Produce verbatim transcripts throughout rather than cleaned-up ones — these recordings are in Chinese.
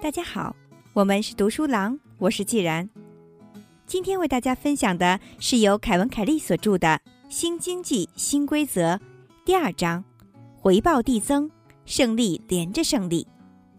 大家好，我们是读书郎，我是既然。今天为大家分享的是由凯文·凯利所著的《新经济新规则》第二章，回报递增，胜利连着胜利。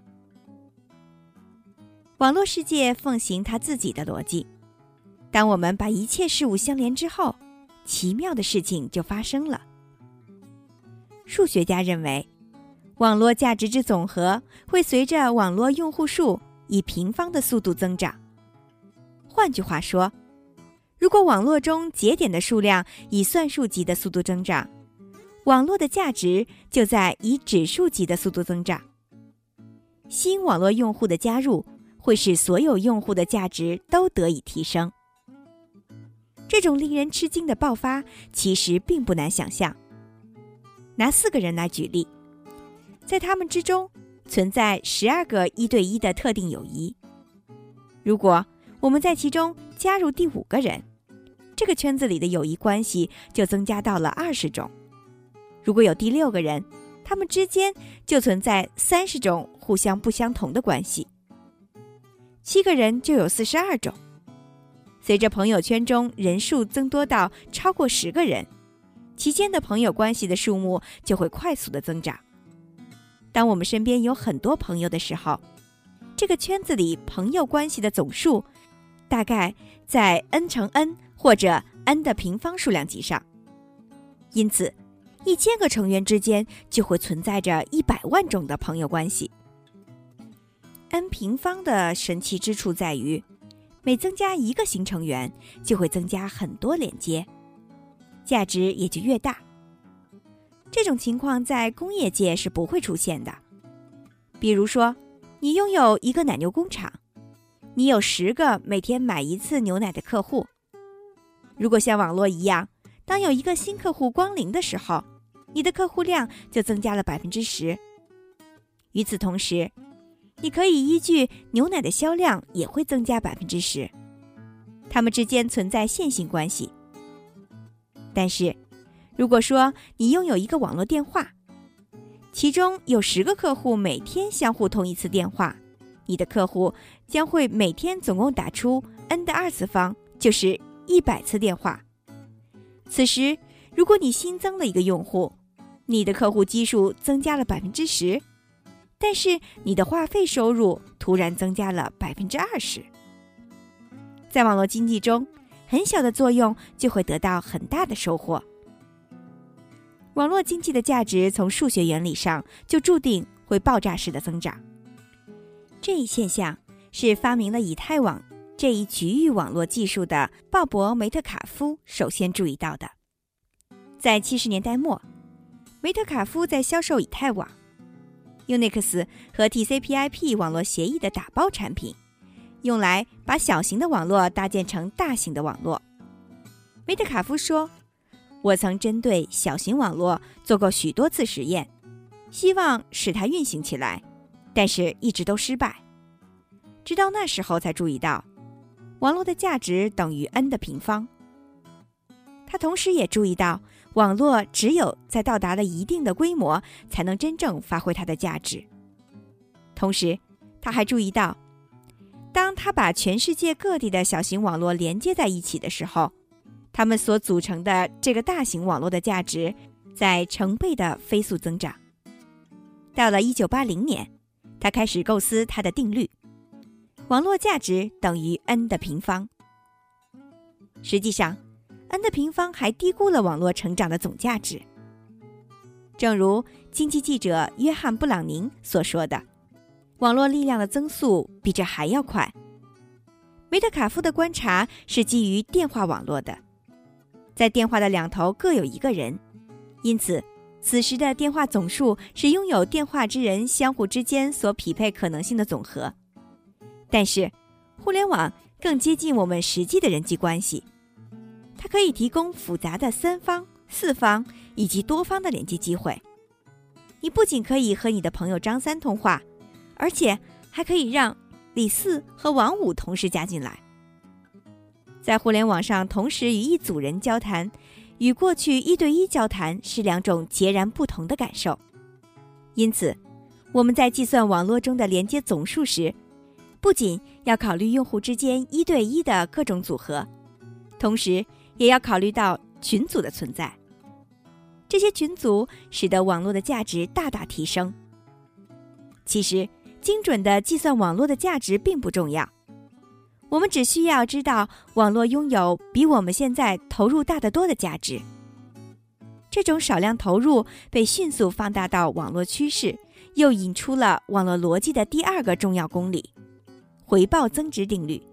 网络世界奉行它自己的逻辑，当我们把一切事物相连之后，奇妙的事情就发生了。数学家认为，网络价值之总和会随着网络用户数以平方的速度增长。换句话说，如果网络中节点的数量以算术级的速度增长，网络的价值就在以指数级的速度增长。新网络用户的加入会使所有用户的价值都得以提升。这种令人吃惊的爆发其实并不难想象。拿四个人来举例，在他们之中存在十二个一对一的特定友谊。如果我们在其中加入第五个人，这个圈子里的友谊关系就增加到了二十种。如果有第六个人，他们之间就存在三十种互相不相同的关系。七个人就有四十二种。随着朋友圈中人数增多到超过十个人，其间的朋友关系的数目就会快速的增长。当我们身边有很多朋友的时候，这个圈子里朋友关系的总数大概在 n 乘 n 或者 n 的平方数量级上。因此，一千个成员之间就会存在着一百万种的朋友关系。n 平方的神奇之处在于，每增加一个新成员，就会增加很多连接，价值也就越大。这种情况在工业界是不会出现的。比如说，你拥有一个奶牛工厂，你有十个每天买一次牛奶的客户。如果像网络一样，当有一个新客户光临的时候，你的客户量就增加了 百分之十。 与此同时，你可以依据牛奶的销量也会增加 百分之十， 它们之间存在线性关系。但是如果说你拥有一个网络电话，其中有十个客户每天相互通一次电话，你的客户将会每天总共打出 n 的二次方，就是一百次电话。此时，如果你新增了一个用户，你的客户基数增加了 百分之十， 但是你的话费收入突然增加了 百分之二十。 在网络经济中，很小的作用就会得到很大的收获。网络经济的价值从数学原理上就注定会爆炸式的增长。这一现象是发明了以太网这一局域网络技术的鲍勃·梅特卡夫首先注意到的。在七十年代末，梅特卡夫在销售以太网、Unix 和 T C P I P 网络协议的打包产品，用来把小型的网络搭建成大型的网络。梅特卡夫说，我曾针对小型网络做过许多次实验，希望使它运行起来，但是一直都失败。直到那时候才注意到，网络的价值等于 n 的平方。他同时也注意到，网络只有在到达了一定的规模，才能真正发挥它的价值。同时，他还注意到，当他把全世界各地的小型网络连接在一起的时候，它们所组成的这个大型网络的价值在成倍的飞速增长。到了一九八零年，他开始构思他的定律，网络价值等于 n 的平方。实际上， n 的平方还低估了网络成长的总价值。正如经济记者约翰·布朗宁所说的，网络力量的增速比这还要快。梅特卡夫的观察是基于电话网络的，在电话的两头各有一个人，因此此时的电话总数是拥有电话之人相互之间所匹配可能性的总和。但是互联网更接近我们实际的人际关系，它可以提供复杂的三方、四方以及多方的连接机会。你不仅可以和你的朋友张三通话，而且还可以让李四和王五同时加进来。在互联网上同时与一组人交谈，与过去一对一交谈是两种截然不同的感受。因此，我们在计算网络中的连接总数时， 不仅要考虑用户之间一对一的各种组合，同时也要考虑到群组的存在。这些群组使得网络的价值大大提升。其实，精准地计算网络的价值并不重要，我们只需要知道网络拥有比我们现在投入大得多的价值。这种少量投入被迅速放大到网络趋势，又引出了网络逻辑的第二个重要公理——回报增值定律。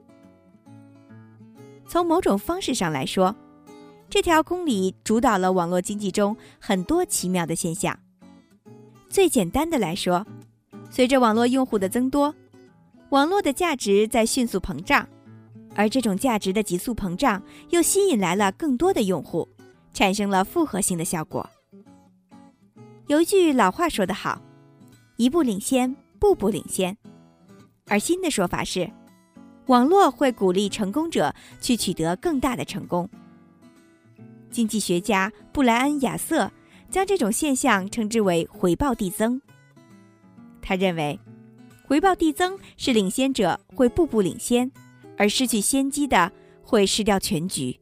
从某种方式上来说，这条公理主导了网络经济中很多奇妙的现象。最简单的来说，随着网络用户的增多，网络的价值在迅速膨胀，而这种价值的急速膨胀又吸引来了更多的用户，产生了复合性的效果。有一句老话说得好，一步领先，步步领先。而新的说法是，网络会鼓励成功者去取得更大的成功。经济学家布莱恩·亚瑟将这种现象称之为回报递增。他认为，回报递增是领先者会步步领先，而失去先机的会失掉全局。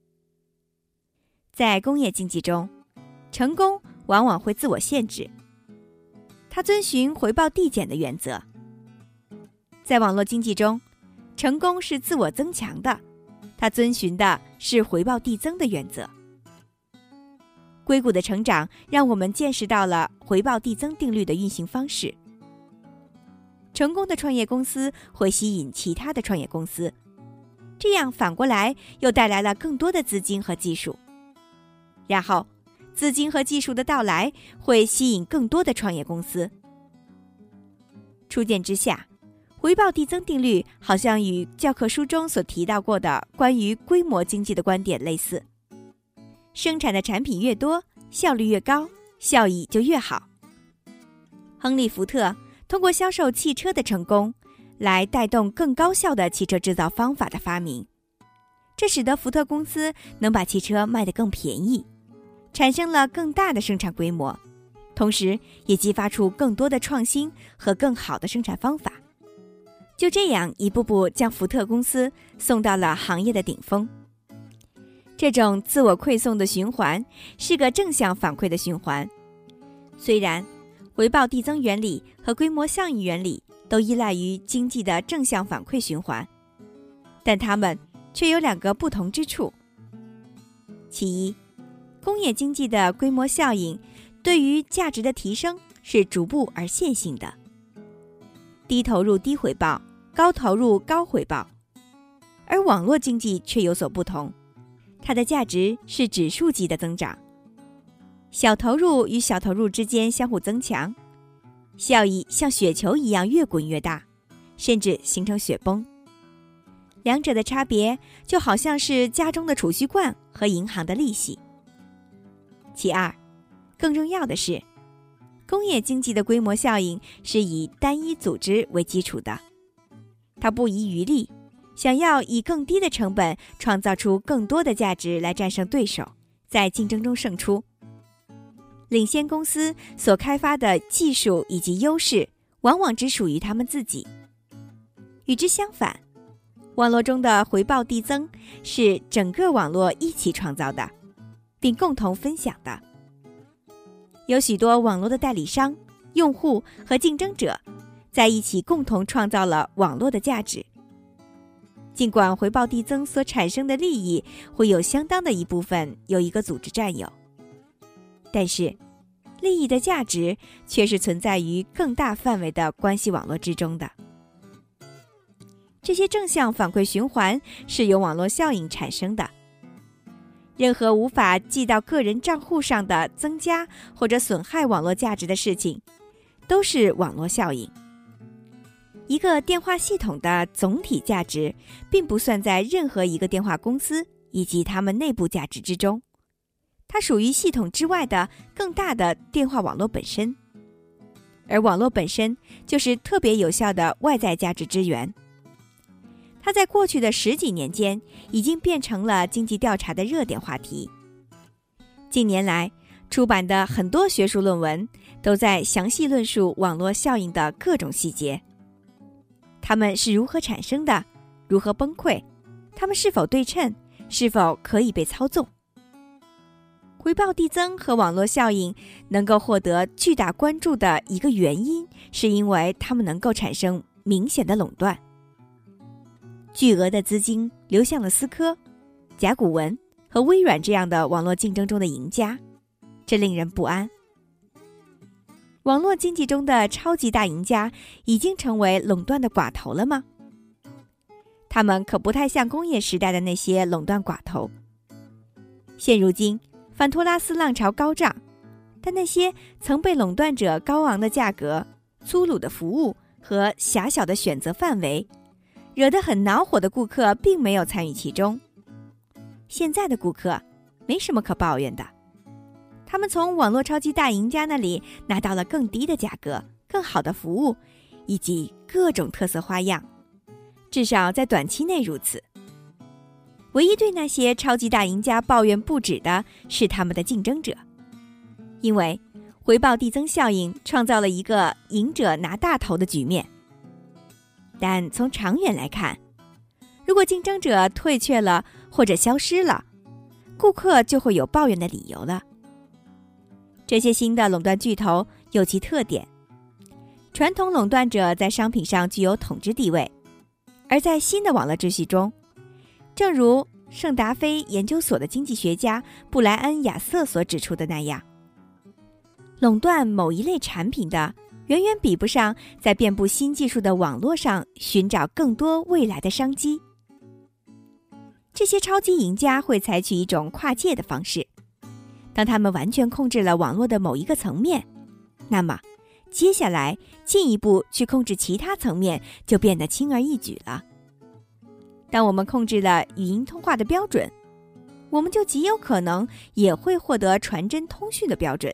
在工业经济中，成功往往会自我限制，它遵循回报递减的原则。在网络经济中，成功是自我增强的，它遵循的是回报递增的原则。硅谷的成长让我们见识到了回报递增定律的运行方式。成功的创业公司会吸引其他的创业公司，这样反过来又带来了更多的资金和技术。然后，资金和技术的到来会吸引更多的创业公司。初见之下，回报递增定律好像与教科书中所提到过的关于规模经济的观点类似。生产的产品越多，效率越高，效益就越好。亨利·福特通过销售汽车的成功，来带动更高效的汽车制造方法的发明，这使得福特公司能把汽车卖得更便宜，产生了更大的生产规模，同时也激发出更多的创新和更好的生产方法。就这样一步步将福特公司送到了行业的顶峰。这种自我馈送的循环是个正向反馈的循环。虽然回报递增原理和规模效应原理都依赖于经济的正向反馈循环，但它们却有两个不同之处。其一，工业经济的规模效应对于价值的提升是逐步而线性的，低投入低回报，高投入高回报。而网络经济却有所不同，它的价值是指数级的增长，小投入与小投入之间相互增强，效益像雪球一样越滚越大，甚至形成雪崩。两者的差别就好像是家中的储蓄罐和银行的利息。其二，更重要的是，工业经济的规模效应是以单一组织为基础的，它不遗余力，想要以更低的成本创造出更多的价值来战胜对手，在竞争中胜出。领先公司所开发的技术以及优势往往只属于他们自己。与之相反，网络中的回报递增是整个网络一起创造的，并共同分享的。有许多网络的代理商、用户和竞争者在一起共同创造了网络的价值。尽管回报递增所产生的利益会有相当的一部分由一个组织占有，但是利益的价值却是存在于更大范围的关系网络之中的。这些正向反馈循环是由网络效应产生的。任何无法记到个人账户上的增加或者损害网络价值的事情，都是网络效应。一个电话系统的总体价值并不算在任何一个电话公司以及他们内部价值之中，它属于系统之外的更大的电话网络本身，而网络本身就是特别有效的外在价值之源。它在过去的十几年间已经变成了经济调查的热点话题。近年来出版的很多学术论文都在详细论述网络效应的各种细节。 它们是如何产生的，如何崩溃，它们是否对称，是否可以被操纵。回报递增和网络效应能够获得巨大关注的一个原因，是因为它们能够产生明显的垄断。巨额的资金流向了思科、甲骨文和微软这样的网络竞争中的赢家，这令人不安。网络经济中的超级大赢家已经成为垄断的寡头了吗？他们可不太像工业时代的那些垄断寡头。现如今反托拉斯浪潮高涨，但那些曾被垄断者高昂的价格、粗鲁的服务和狭小的选择范围惹得很恼火的顾客并没有参与其中。现在的顾客没什么可抱怨的，他们从网络超级大赢家那里拿到了更低的价格、更好的服务以及各种特色花样，至少在短期内如此。唯一对那些超级大赢家抱怨不止的是他们的竞争者，因为回报递增效应创造了一个赢者拿大头的局面。但从长远来看，如果竞争者退却了或者消失了，顾客就会有抱怨的理由了。这些新的垄断巨头有其特点，传统垄断者在商品上具有统治地位，而在新的网络秩序中，正如圣达菲研究所的经济学家布莱恩·亚瑟所指出的那样，垄断某一类产品的远远比不上在遍布新技术的网络上寻找更多未来的商机。这些超级赢家会采取一种跨界的方式，当他们完全控制了网络的某一个层面，那么接下来进一步去控制其他层面就变得轻而易举了。当我们控制了语音通话的标准，我们就极有可能也会获得传真通讯的标准。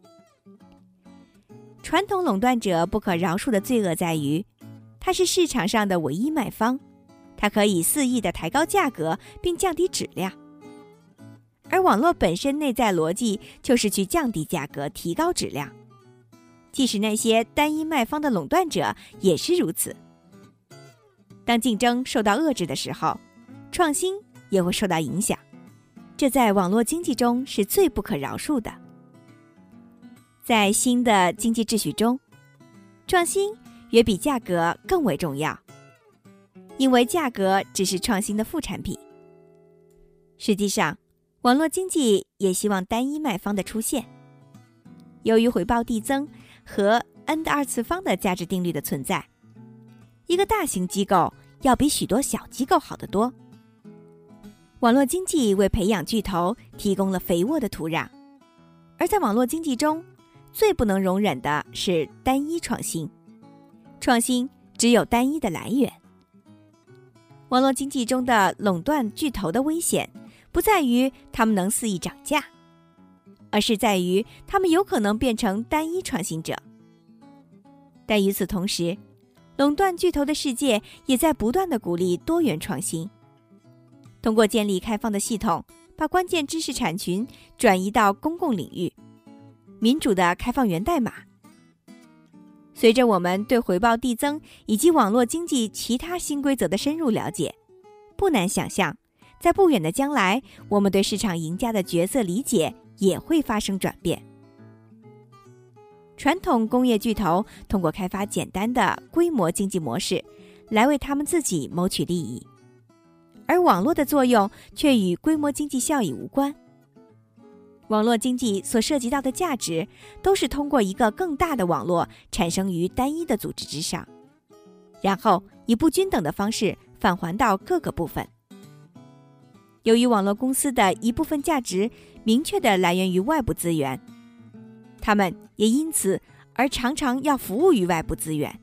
传统垄断者不可饶恕的罪恶在于，它是市场上的唯一卖方，它可以肆意地抬高价格并降低质量。而网络本身内在逻辑就是去降低价格、提高质量，即使那些单一卖方的垄断者也是如此。当竞争受到遏制的时候，创新也会受到影响，这在网络经济中是最不可饶恕的。在新的经济秩序中，创新远比价格更为重要，因为价格只是创新的副产品。实际上，网络经济也希望单一卖方的出现。由于回报递增和 n 的二次方的价值定律的存在，一个大型机构要比许多小机构好得多。网络经济为培养巨头提供了肥沃的土壤，而在网络经济中，最不能容忍的是单一创新。创新只有单一的来源。网络经济中的垄断巨头的危险，不在于他们能肆意涨价，而是在于他们有可能变成单一创新者。但与此同时，垄断巨头的世界也在不断地鼓励多元创新，通过建立开放的系统，把关键知识产群转移到公共领域，民主的开放源代码。随着我们对回报递增以及网络经济其他新规则的深入了解，不难想象，在不远的将来，我们对市场赢家的角色理解也会发生转变。传统工业巨头通过开发简单的规模经济模式来为他们自己谋取利益，而网络的作用却与规模经济效益无关。网络经济所涉及到的价值都是通过一个更大的网络产生于单一的组织之上，然后以不均等的方式返还到各个部分。由于网络公司的一部分价值明确地来源于外部资源，他们也因此而常常要服务于外部资源。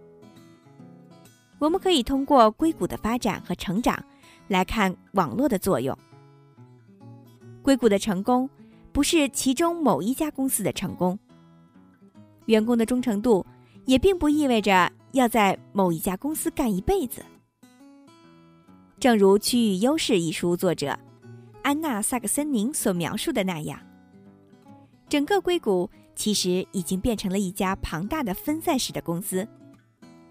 我们可以通过硅谷的发展和成长来看网络的作用。硅谷的成功不是其中某一家公司的成功，员工的忠诚度也并不意味着要在某一家公司干一辈子。正如《区域优势》一书作者安娜·萨克森宁所描述的那样，整个硅谷其实已经变成了一家庞大的分散式的公司。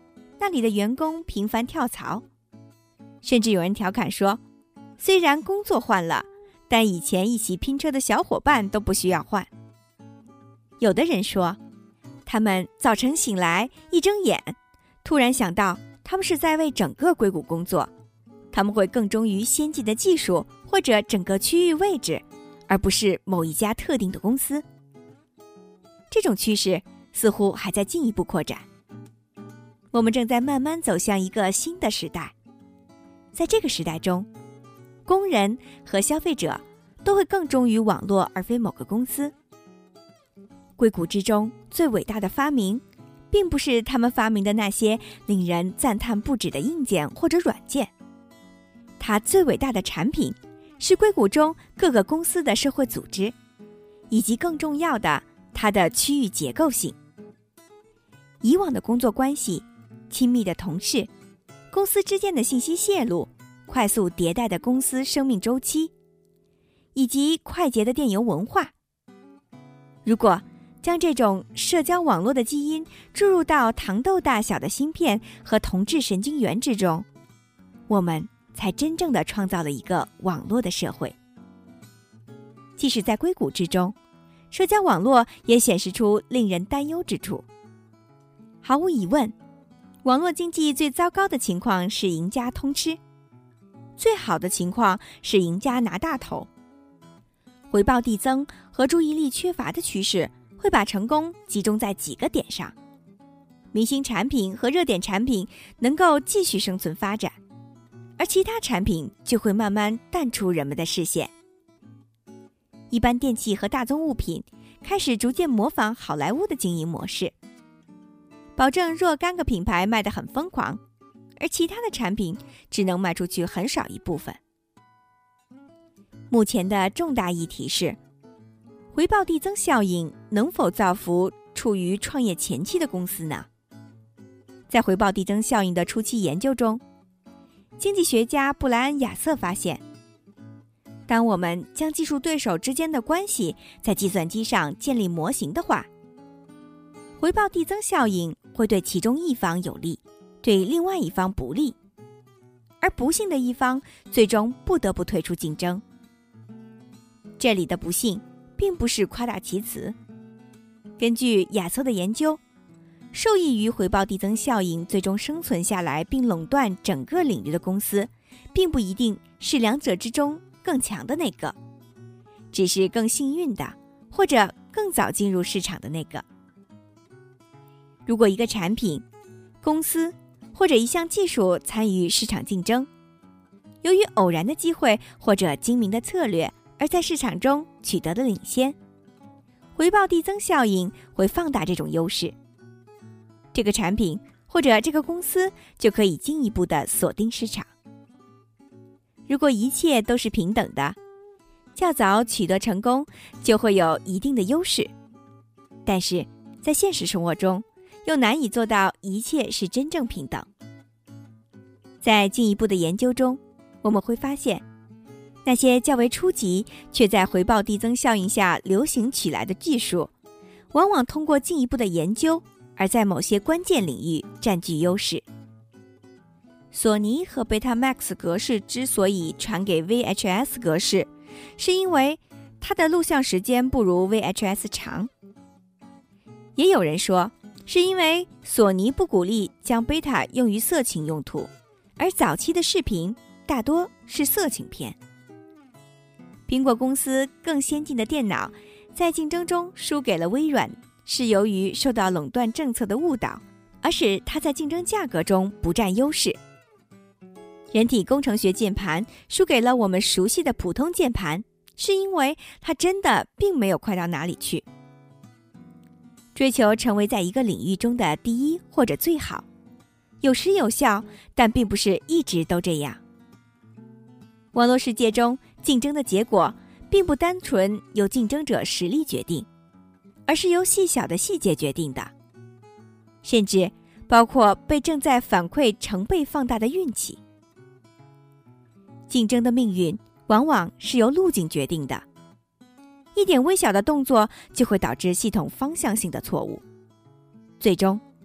那里的员工频繁跳槽。甚至有人调侃说，虽然工作换了，但以前一起拼车的小伙伴都不需要换。有的人说，他们早晨醒来一睁眼，突然想到他们是在为整个硅谷工作，他们会更忠于先进的技术或者整个区域位置，而不是某一家特定的公司。这种趋势似乎还在进一步扩展。我们正在慢慢走向一个新的时代。在这个时代中，工人和消费者都会更忠于网络而非某个公司。硅谷之中最伟大的发明，并不是他们发明的那些令人赞叹不止的硬件或者软件，它最伟大的产品是硅谷中各个公司的社会组织，以及更重要的，它的区域结构性。以往的工作关系、亲密的同事、公司之间的信息泄露、快速迭代的公司生命周期，以及快捷的电邮文化。如果将这种社交网络的基因注入到糖豆大小的芯片和同质神经元之中，我们才真正地创造了一个网络的社会。即使在硅谷之中，社交网络也显示出令人担忧之处。毫无疑问，网络经济最糟糕的情况是赢家通吃，最好的情况是赢家拿大头。回报递增和注意力缺乏的趋势会把成功集中在几个点上，明星产品和热点产品能够继续生存发展，而其他产品就会慢慢淡出人们的视线。一般电器和大宗物品开始逐渐模仿好莱坞的经营模式，保证若干个品牌卖得很疯狂，而其他的产品只能卖出去很少一部分。目前的重大议题是，回报递增效应能否造福处于创业前期的公司呢？在回报递增效应的初期研究中，经济学家布莱恩·亚瑟发现，当我们将技术对手之间的关系在计算机上建立模型的话，回报递增效应会对其中一方有利，对另外一方不利，而不幸的一方最终不得不退出竞争。这里的不幸并不是夸大其词。根据亚瑟的研究，受益于回报递增效应最终生存下来并垄断整个领域的公司，并不一定是两者之中更强的那个，只是更幸运的，或者更早进入市场的那个。如果一个产品、公司或者一项技术参与市场竞争，由于偶然的机会或者精明的策略而在市场中取得了领先，回报递增效应会放大这种优势，这个产品或者这个公司就可以进一步的锁定市场。如果一切都是平等的，较早取得成功就会有一定的优势，但是在现实生活中又难以做到一切是真正平等。在进一步的研究中，我们会发现，那些较为初级却在回报递增效应下流行起来的技术，往往通过进一步的研究而在某些关键领域占据优势。索尼和 Betamax 格式之所以传给 V H S 格式，是因为它的录像时间不如 V H S 长。也有人说，是因为索尼不鼓励将 Beta 用于色情用途，而早期的视频大多是色情片。苹果公司更先进的电脑在竞争中输给了微软，是由于受到垄断政策的误导，而使它在竞争价格中不占优势。人体工程学键盘输给了我们熟悉的普通键盘，是因为它真的并没有快到哪里去。追求成为在一个领域中的第一或者最好，有时有效，但并不是一直都这样。网络世界中，竞争的结果并不单纯由竞争者实力决定，而是由细小的细节决定的，甚至包括被正在反馈成倍放大的运气。竞争的命运往往是由路径决定的，一点微小的动作就会导致系统方向性的错误，最终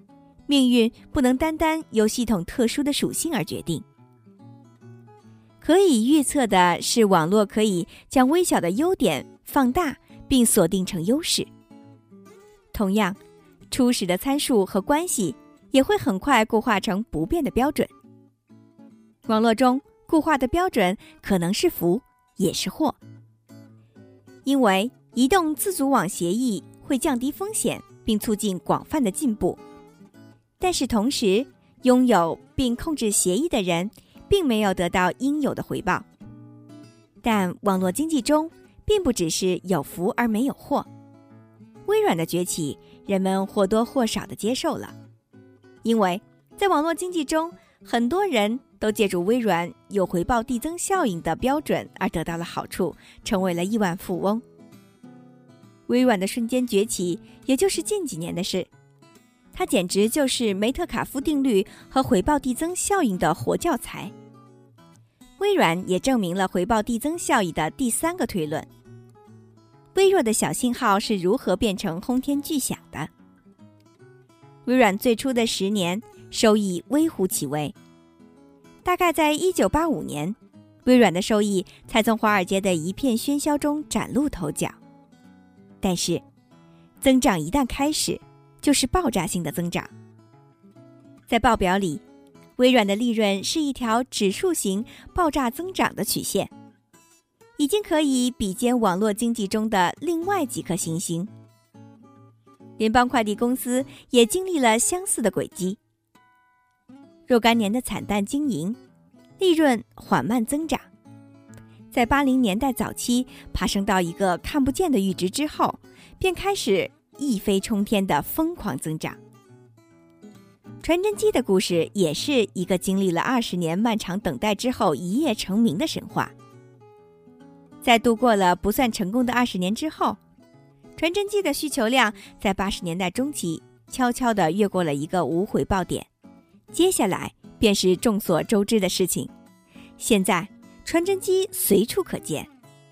命运不能单单由系统特殊的属性而决定。可以预测的是，网络可以将微小的优点放大并锁定成优势。同样，初始的参数和关系也会很快固化成不变的标准。网络中固化的标准可能是福，也是祸。因为移动自组网协议会降低风险，并促进广泛的进步。但是同时，拥有并控制协议的人并没有得到应有的回报。但网络经济中并不只是有福而没有祸。微软的崛起，人们或多或少地接受了，因为在网络经济中，很多人都借助微软有回报递增效应的标准而得到了好处，成为了亿万富翁。微软的瞬间崛起，也就是近几年的事，它简直就是梅特卡夫定律和回报递增效应的活教材。微软也证明了回报递增效应的第三个推论：微弱的小信号是如何变成轰天巨响的。微软最初的十年收益微乎其微，大概在一九八五年，微软的收益才从华尔街的一片喧嚣中崭露头角。但是，增长一旦开始，就是爆炸性的增长。在报表里，微软的利润是一条指数型爆炸增长的曲线，已经可以比肩网络经济中的另外几颗行星。联邦快递公司也经历了相似的轨迹，若干年的惨淡经营，利润缓慢增长。在八零年代早期爬升到一个看不见的阈值之后，便开始一飞冲天的疯狂增长。传真机的故事也是一个经历了二十年漫长等待之后一夜成名的神话。在度过了不算成功的二十年之后，传真机的需求量在八十年代中期悄悄地越过了一个无回报点，接下来便是众所周知的事情。现在传真机随处可见。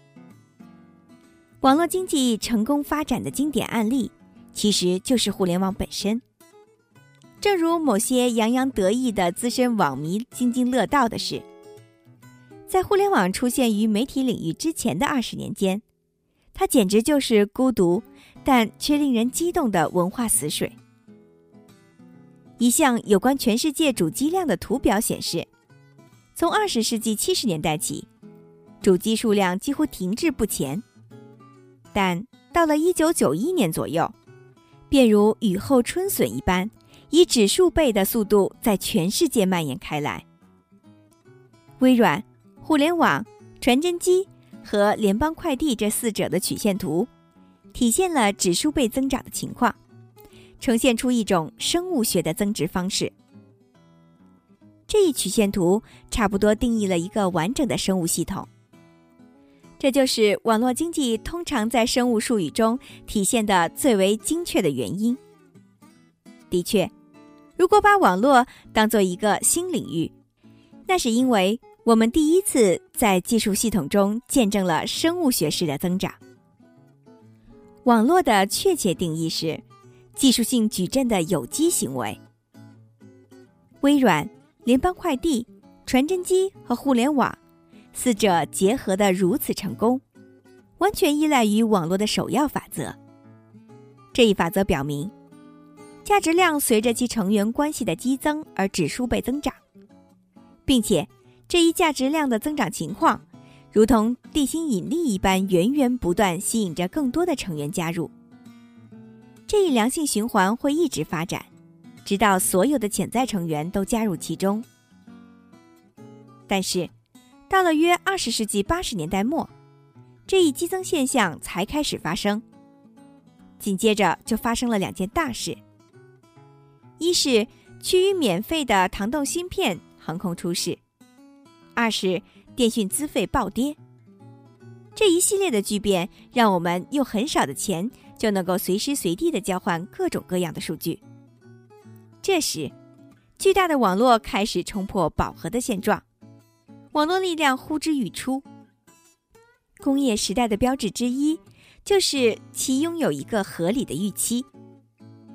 网络经济成功发展的经典案例，其实就是互联网本身。正如某些洋洋得意的资深网迷津津乐道的是，在互联网出现于媒体领域之前的二十年间，它简直就是孤独但却令人激动的文化死水。一项有关全世界主机量的图表显示，从二十世纪七十年代起，主机数量几乎停滞不前，但到了一九九一年左右，便如雨后春笋一般，以指数倍的速度在全世界蔓延开来。微软、互联网、传真机和联邦快递这四者的曲线图，体现了指数倍增长的情况，呈现出一种生物学的增值方式。这一曲线图差不多定义了一个完整的生物系统，这就是网络经济通常在生物术语中体现的最为精确的原因。的确，如果把网络当作一个新领域，那是因为我们第一次在技术系统中见证了生物学式的增长。网络的确切定义是技术性矩阵的有机行为。微软、联邦快递、传真机和互联网四者结合得如此成功，完全依赖于网络的首要法则。这一法则表明，价值量随着其成员关系的激增而指数倍增长，并且这一价值量的增长情况如同地心引力一般源源不断吸引着更多的成员加入。这一良性循环会一直发展，直到所有的潜在成员都加入其中。但是到了约二十世纪八十年代末，这一激增现象才开始发生。紧接着就发生了两件大事，一是趋于免费的糖豆芯片横空出世，二是电讯资费暴跌。这一系列的巨变让我们用很少的钱就能够随时随地地交换各种各样的数据。这时，巨大的网络开始冲破饱和的现状，网络力量呼之欲出。工业时代的标志之一就是其拥有一个合理的预期。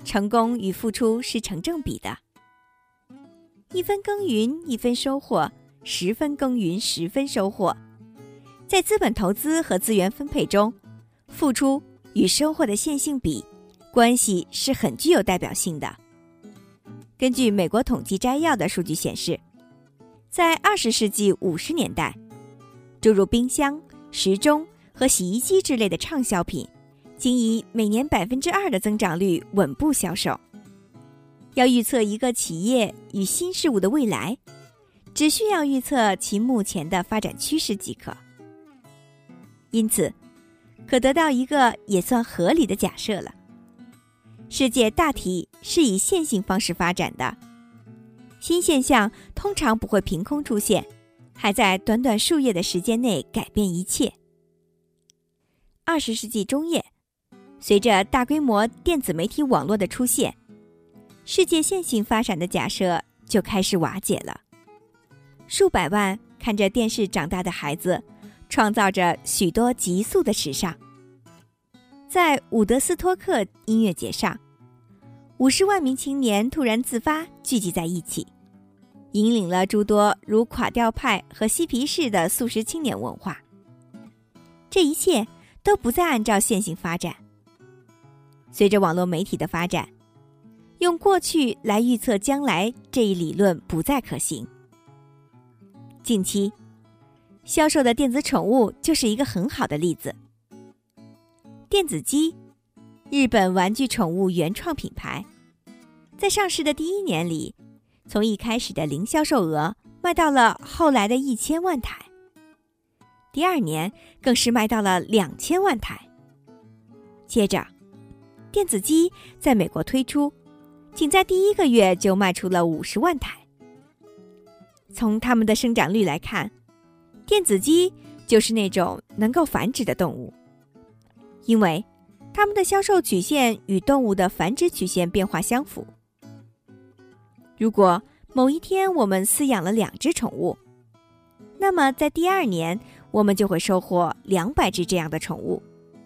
成功与付出是成正比的。一分耕耘一分收获，十分耕耘十分收获。在资本投资和资源分配中，付出与收获的线性比关系是很具有代表性的。根据美国统计摘要的数据显示，在二十世纪五十年代，诸如冰箱、时钟和洗衣机之类的畅销品，仅以每年百分之二的增长率稳步销售。要预测一个企业与新事物的未来，只需要预测其目前的发展趋势即可。因此，可得到一个也算合理的假设了：世界大体是以线性方式发展的，新现象通常不会凭空出现，还在短短数月的时间内改变一切。二十世纪中叶，随着大规模电子媒体网络的出现，世界线性发展的假设就开始瓦解了。数百万看着电视长大的孩子，创造着许多急速的时尚。在伍德斯托克音乐节上，五十万名青年突然自发聚集在一起，引领了诸多如垮掉派和嬉皮士的素食青年文化。这一切都不再按照线性发展。随着网络媒体的发展，用过去来预测将来这一理论不再可行。近期，销售的电子宠物就是一个很好的例子。电子鸡，日本玩具宠物原创品牌，在上市的第一年里，从一开始的零销售额卖到了后来的一千万台，第二年更是卖到了两千万台。接着，电子鸡在美国推出，仅在第一个月就卖出了五十万台。从它们的生长率来看，电子鸡就是那种能够繁殖的动物，因为它们的销售曲线与动物的繁殖曲线变化相符。如果某一天我们饲养了两只宠物，那么在第二年我们就会收获两百只这样的宠物。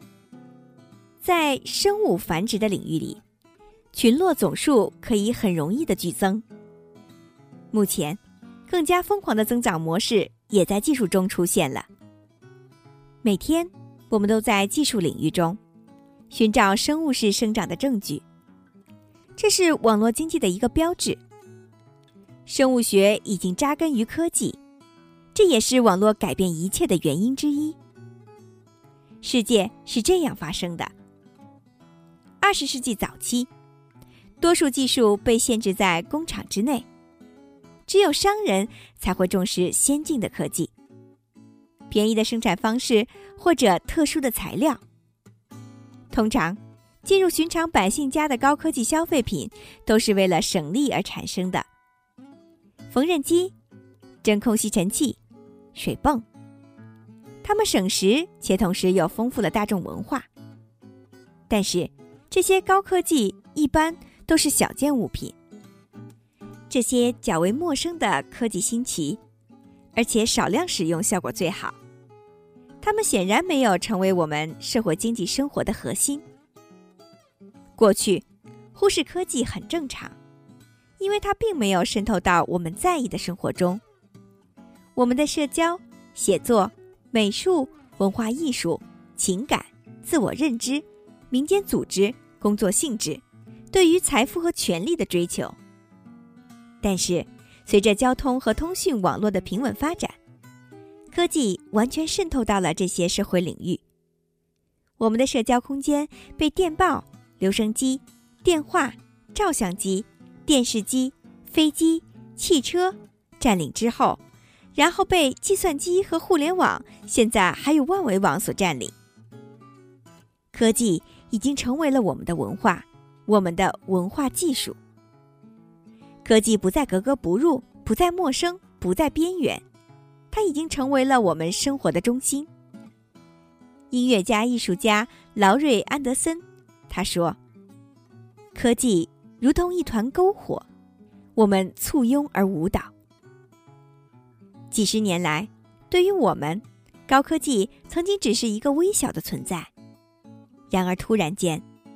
在生物繁殖的领域里，群落总数可以很容易的剧增。目前，更加疯狂的增长模式也在技术中出现了。每天，我们都在技术领域中寻找生物式生长的证据，这是网络经济的一个标志。生物学已经扎根于科技，这也是网络改变一切的原因之一。世界是这样发生的。二十世纪早期，多数技术被限制在工厂之内，只有商人才会重视先进的科技、便宜的生产方式或者特殊的材料。通常，进入寻常百姓家的高科技消费品都是为了省力而产生的。缝纫机、真空吸尘器、水泵，它们省时且同时又丰富了大众文化。但是，这些高科技一般都是小件物品。这些较为陌生的科技新奇，而且少量使用效果最好。它们显然没有成为我们社会经济生活的核心。过去，忽视科技很正常，因为它并没有渗透到我们在意的生活中。我们的社交、写作、美术、文化艺术、情感、自我认知、民间组织、工作性质，对于财富和权力的追求。但是，随着交通和通讯网络的平稳发展，科技完全渗透到了这些社会领域。我们的社交空间被电报、留声机、电话、照相机、电视机、飞机、汽车占领之后，然后被计算机和互联网，现在还有万维网所占领。科技已经成为了我们的文化，我们的文化技术。科技不再格格不入，不再陌生，不再边缘，它已经成为了我们生活的中心。音乐家、艺术家劳瑞·安德森他说，科技如同一团篝火，我们簇拥而舞蹈。几十年来，对于我们，高科技曾经只是一个微小的存在，然而突然间，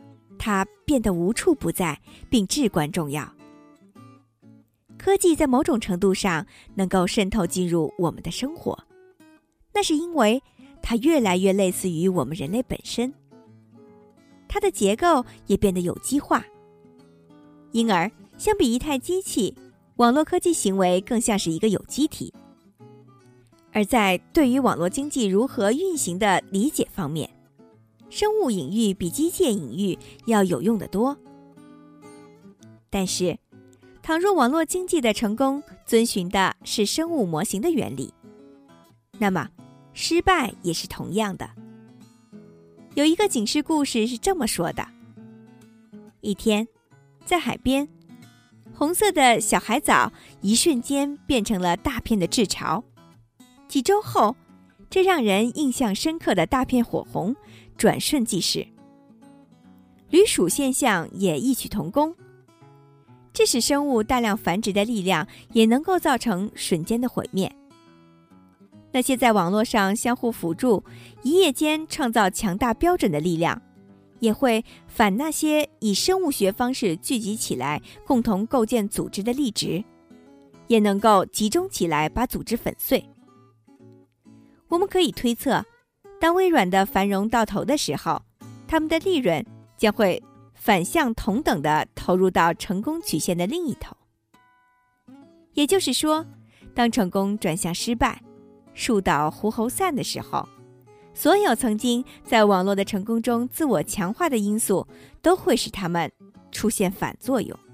它变得无处不在，并至关重要。科技在某种程度上能够渗透进入我们的生活，那是因为它越来越类似于我们人类本身，它的结构也变得有机化。因而，相比一台机器，网络科技行为更像是一个有机体。而在对于网络经济如何运行的理解方面，生物隐喻比机械隐喻要有用得多。但是，倘若网络经济的成功遵循的是生物模型的原理，那么失败也是同样的。有一个警示故事是这么说的：一天，在海边，红色的小海藻一瞬间变成了大片的炙潮。几周后，这让人印象深刻的大片火红转瞬即逝。铝属现象也异曲同工，致使生物大量繁殖的力量也能够造成瞬间的毁灭。那些在网络上相互辅助，一夜间创造强大标准的力量，也会反那些以生物学方式聚集起来共同构建组织的力值，也能够集中起来把组织粉碎。我们可以推测，当微软的繁荣到头的时候，他们的利润将会反向同等地投入到成功曲线的另一头。也就是说，当成功转向失败，树倒猢猻散的时候，所有曾经在网络的成功中自我强化的因素都会使他们出现反作用。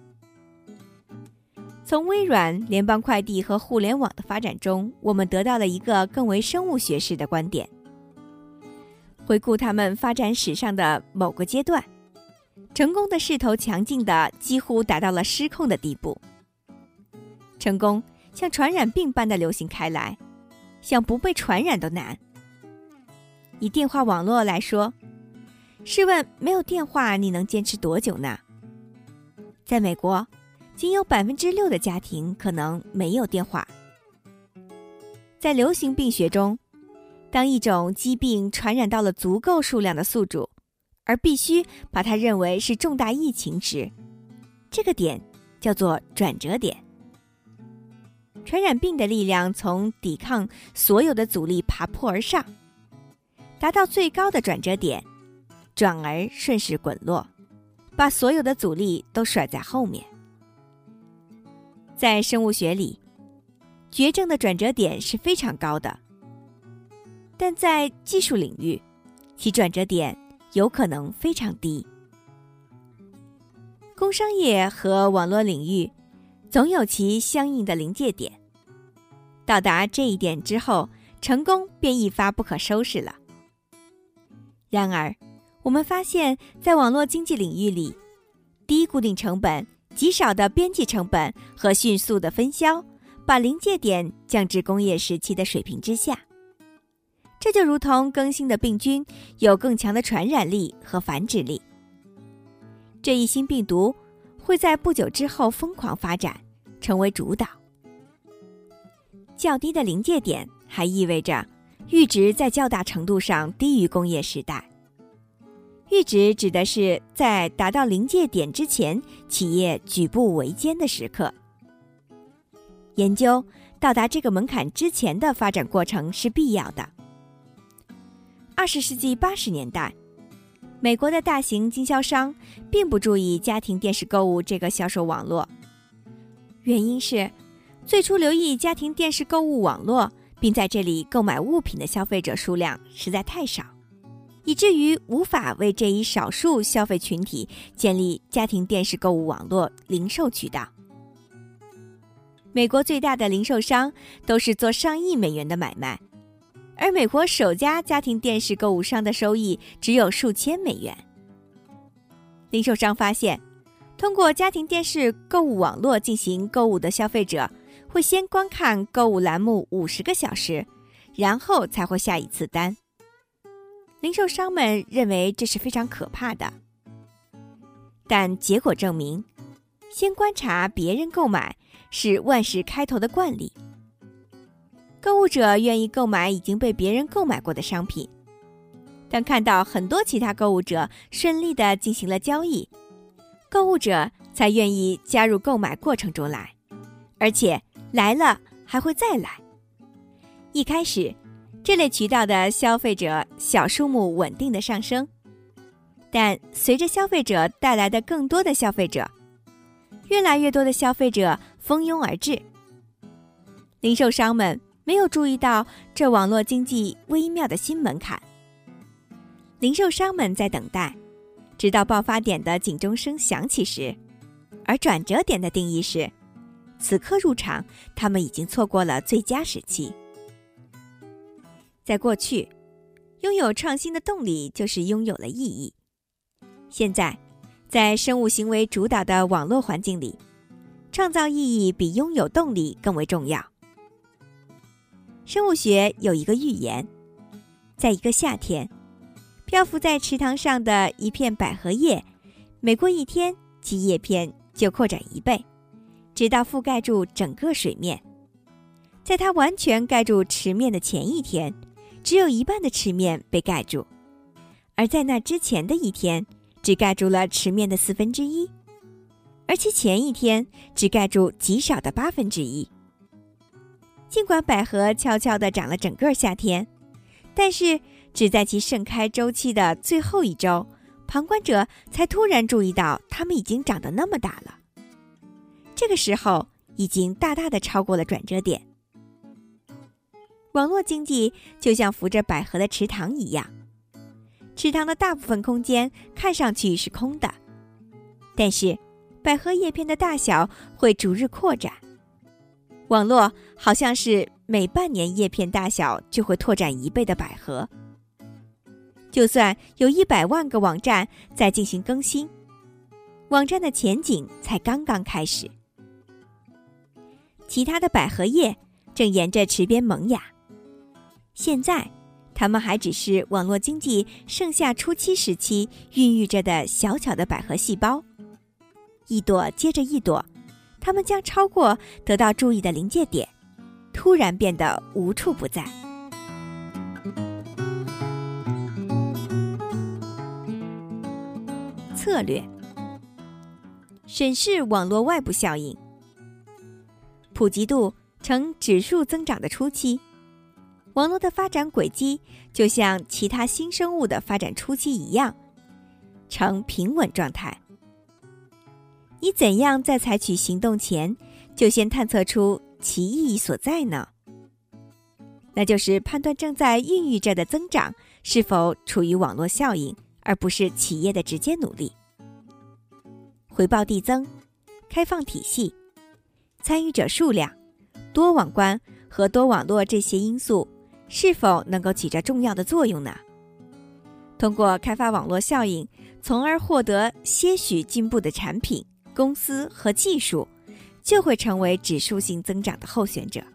从微软、联邦快递和互联网的发展中，我们得到了一个更为生物学式的观点。回顾他们发展史上的某个阶段，成功的势头强劲的几乎达到了失控的地步。成功像传染病般的流行开来，想不被传染都难。以电话网络来说，试问没有电话你能坚持多久呢？在美国，仅有 百分之六 的家庭可能没有电话。在流行病学中，当一种疾病传染到了足够数量的宿主，而必须把它认为是重大疫情时，这个点叫做转折点。传染病的力量从抵抗所有的阻力爬坡而上，达到最高的转折点，转而顺势滚落，把所有的阻力都甩在后面。在生物学里，绝症的转折点是非常高的，但在技术领域，其转折点有可能非常低。工商业和网络领域总有其相应的临界点，到达这一点之后，成功便一发不可收拾了。然而，我们发现在网络经济领域里，低固定成本、极少的边际成本和迅速的分销，把临界点降至工业时期的水平之下。这就如同更新的病菌有更强的传染力和繁殖力。这一新病毒会在不久之后疯狂发展，成为主导。较低的临界点还意味着阈值在较大程度上低于工业时代。阈值指的是在达到临界点之前，企业举步维艰的时刻。研究到达这个门槛之前的发展过程是必要的。二十世纪八十年代，美国的大型经销商并不注意家庭电视购物这个销售网络，原因是最初留意家庭电视购物网络并在这里购买物品的消费者数量实在太少，以至于无法为这一少数消费群体建立家庭电视购物网络零售渠道。美国最大的零售商都是做上亿美元的买卖，而美国首家家庭电视购物商的收益只有数千美元。零售商发现，通过家庭电视购物网络进行购物的消费者会先观看购物栏目五十个小时，然后才会下一次单。零售商们认为这是非常可怕的，但结果证明，先观察别人购买是万事开头的惯例。购物者愿意购买已经被别人购买过的商品， 当看到很多其他购物者顺利地进行了交易，购物者才愿意加入购买过程中来，而且来了还会再来。一开始，这类渠道的消费者小数目稳定的上升，但随着消费者带来的更多的消费者，越来越多的消费者蜂拥而至。零售商们没有注意到这网络经济微妙的新门槛。零售商们在等待，直到爆发点的警钟声响起时，而转折点的定义是，此刻入场，他们已经错过了最佳时期。在过去，拥有创新的动力就是拥有了意义。现在，在生物行为主导的网络环境里，创造意义比拥有动力更为重要。生物学有一个预言，在一个夏天，漂浮在池塘上的一片百合叶，每过一天，其叶片就扩展一倍，直到覆盖住整个水面。在它完全盖住池面的前一天，只有一半的池面被盖住，而在那之前的一天，只盖住了池面的四分之一，而其前一天只盖住极少的八分之一。尽管百合悄悄地长了整个夏天，但是只在其盛开周期的最后一周，旁观者才突然注意到它们已经长得那么大了。这个时候已经大大地超过了转折点。网络经济就像浮着百合的池塘一样，池塘的大部分空间看上去是空的，但是百合叶片的大小会逐日扩展。网络好像是每半年叶片大小就会拓展一倍的百合。就算有一百万个网站在进行更新，网站的前景才刚刚开始。其他的百合叶正沿着池边萌芽，现在它们还只是网络经济盛夏初期时期孕育着的小巧的百合细胞，一朵接着一朵，它们将超过得到注意的临界点，突然变得无处不在。策略：审视网络外部效应。普及度呈指数增长的初期，网络的发展轨迹就像其他新生物的发展初期一样，呈平稳状态。你怎样在采取行动前就先探测出其意义所在呢？那就是判断正在孕育着的增长是否处于网络效应，而不是企业的直接努力。回报递增、开放体系、参与者数量、多网关和多网络这些因素是否能够起着重要的作用呢？通过开发网络效应，从而获得些许进步的产品、公司和技术，就会成为指数性增长的候选者。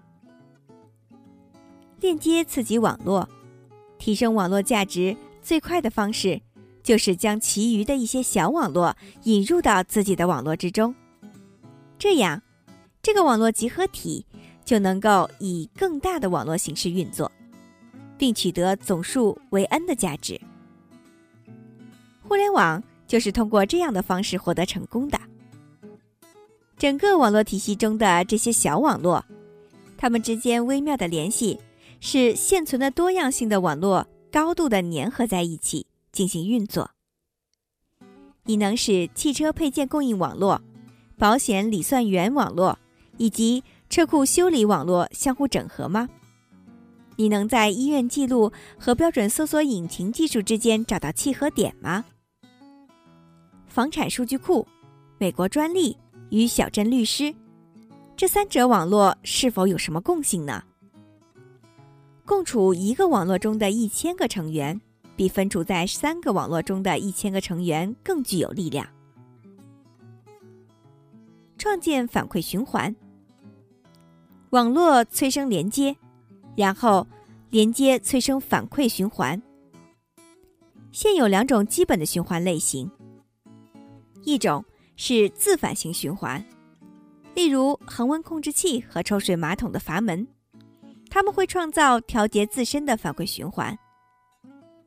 链接刺激网络，提升网络价值最快的方式，就是将其余的一些小网络引入到自己的网络之中。这样，这个网络集合体就能够以更大的网络形式运作，并取得总数为 n 的价值。互联网就是通过这样的方式获得成功的。整个网络体系中的这些小网络，它们之间微妙的联系，使现存的多样性的网络高度的粘合在一起进行运作。你能使汽车配件供应网络、保险理算员网络以及车库修理网络相互整合吗？你能在医院记录和标准搜索引擎技术之间找到契合点吗？房产数据库、美国专利与小镇律师，这三者网络是否有什么共性呢？共处一个网络中的一千个成员，比分处在三个网络中的一千个成员更具有力量。创建反馈循环，网络催生连接，然后连接催生反馈循环。现有两种基本的循环类型，一种是自反型循环，例如恒温控制器和抽水马桶的阀门，它们会创造调节自身的反馈循环。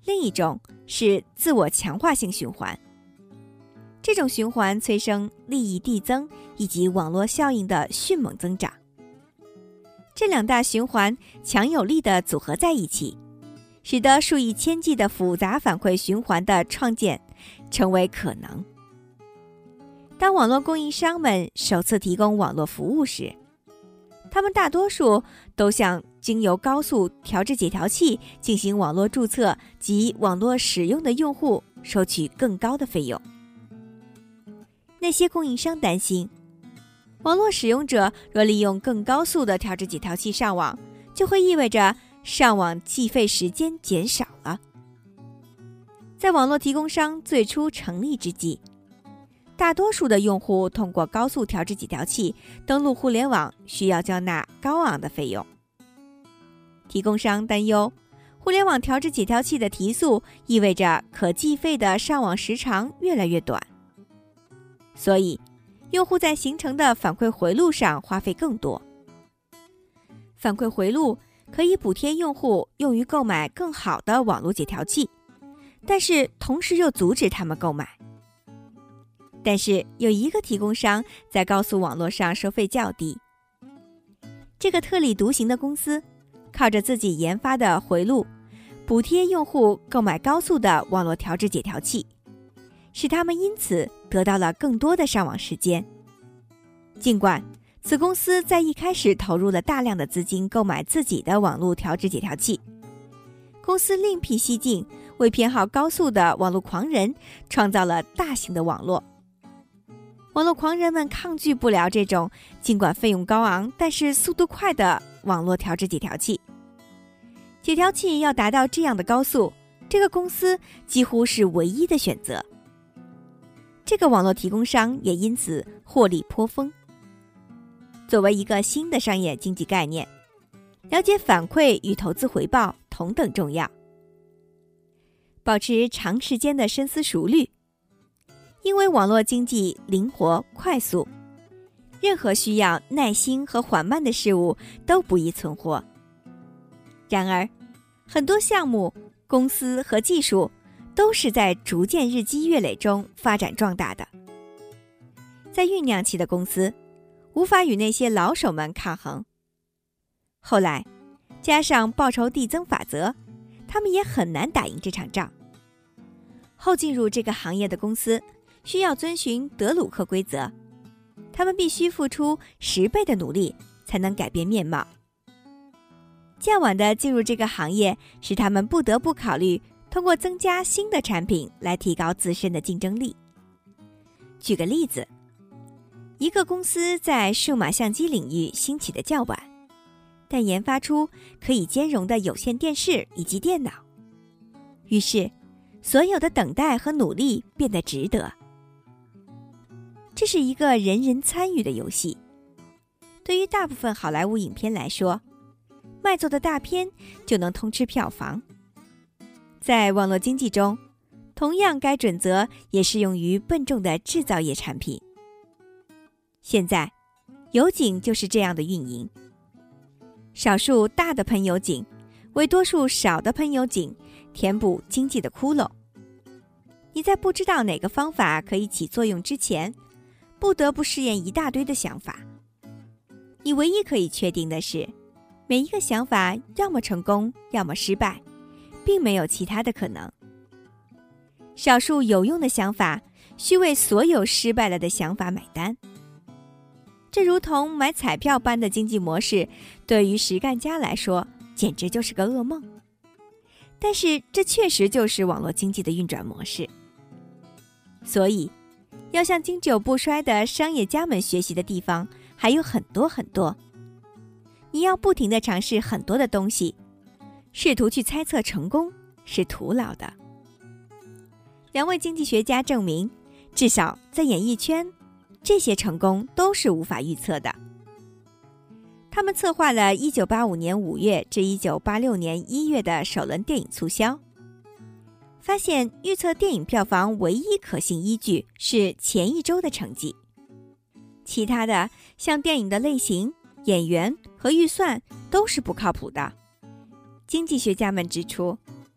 另一种是自我强化性循环。这种循环催生利益递增以及网络效应的迅猛增长。这两大循环强有力地组合在一起，使得数以千计的复杂反馈循环的创建成为可能。当网络供应商们首次提供网络服务时，他们大多数都向经由高速调制解调器进行网络注册及网络使用的用户收取更高的费用。那些供应商担心，网络使用者若利用更高速的调制解调器上网，就会意味着上网计费时间减少了。在网络提供商最初成立之际，大多数的用户通过高速调制解调器登录互联网需要交纳高昂的费用。提供商担忧，互联网调制解调器的提速意味着可计费的上网时长越来越短，所以用户在形成的反馈回路上花费更多。反馈回路可以补贴用户用于购买更好的网络解调器，但是同时又阻止他们购买。但是有一个提供商在高速网络上收费较低，这个特立独行的公司靠着自己研发的回路补贴用户购买高速的网络调制解调器，使他们因此得到了更多的上网时间。尽管此公司在一开始投入了大量的资金购买自己的网络调制解调器，公司另辟蹊径，为偏好高速的网络狂人创造了大型的网络。网络狂人们抗拒不了这种尽管费用高昂但是速度快的网络调制解调器。解调器要达到这样的高速，这个公司几乎是唯一的选择。这个网络提供商也因此获利颇丰。作为一个新的商业经济概念，了解反馈与投资回报同等重要。保持长时间的深思熟虑，因为网络经济灵活快速，任何需要耐心和缓慢的事物都不易存活。然而，很多项目、公司和技术都是在逐渐日积月累中发展壮大的。在酝酿期的公司无法与那些老手们抗衡，后来加上报酬递增法则，他们也很难打赢这场仗。后进入这个行业的公司需要遵循德鲁克规则，他们必须付出十倍的努力才能改变面貌。较晚的进入这个行业，使他们不得不考虑通过增加新的产品来提高自身的竞争力。举个例子，一个公司在数码相机领域兴起的较晚，但研发出可以兼容的有线电视以及电脑，于是所有的等待和努力变得值得。这是一个人人参与的游戏。对于大部分好莱坞影片来说，卖座的大片就能通吃票房。在网络经济中，同样该准则也适用于笨重的制造业产品。现在，油井就是这样的运营。少数大的喷油井为多数少的喷油井填补经济的窟窿。你在不知道哪个方法可以起作用之前，不得不试验一大堆的想法。你唯一可以确定的是，每一个想法要么成功，要么失败，并没有其他的可能。少数有用的想法需为所有失败了的想法买单。这如同买彩票般的经济模式，对于实干家来说简直就是个噩梦。但是这确实就是网络经济的运转模式。所以要向经久不衰的商业家们学习的地方还有很多很多。你要不停地尝试很多的东西，试图去猜测成功是徒劳的。两位经济学家证明，至少在演艺圈，这些成功都是无法预测的。他们策划了一九八五年五月至一九八六年一月的首轮电影促销，发现预测电影票房唯一可信依据是前一周的成绩，其他的像电影的类型、演员和预算都是不靠谱的。经济学家们指出，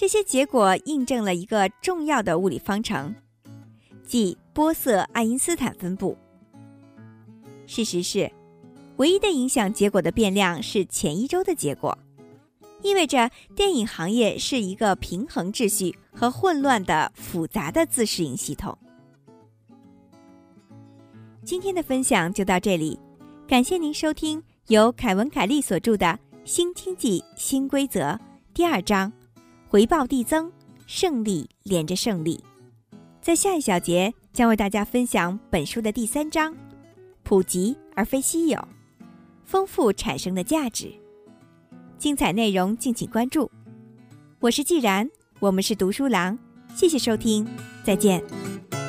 这些结果印证了一个重要的物理方程，即波色爱因斯坦分布。事实是，唯一的影响结果的变量是前一周的结果，意味着电影行业是一个平衡秩序和混乱的复杂的自适应系统。今天的分享就到这里，感谢您收听由凯文·凯利所著的《新经济新规则》第二章回报递增，胜利连着胜利。在下一小节将为大家分享本书的第三章，普及而非稀有，丰富产生的价值。精彩内容敬请关注。我是既然，我们是读书郎，谢谢收听，再见。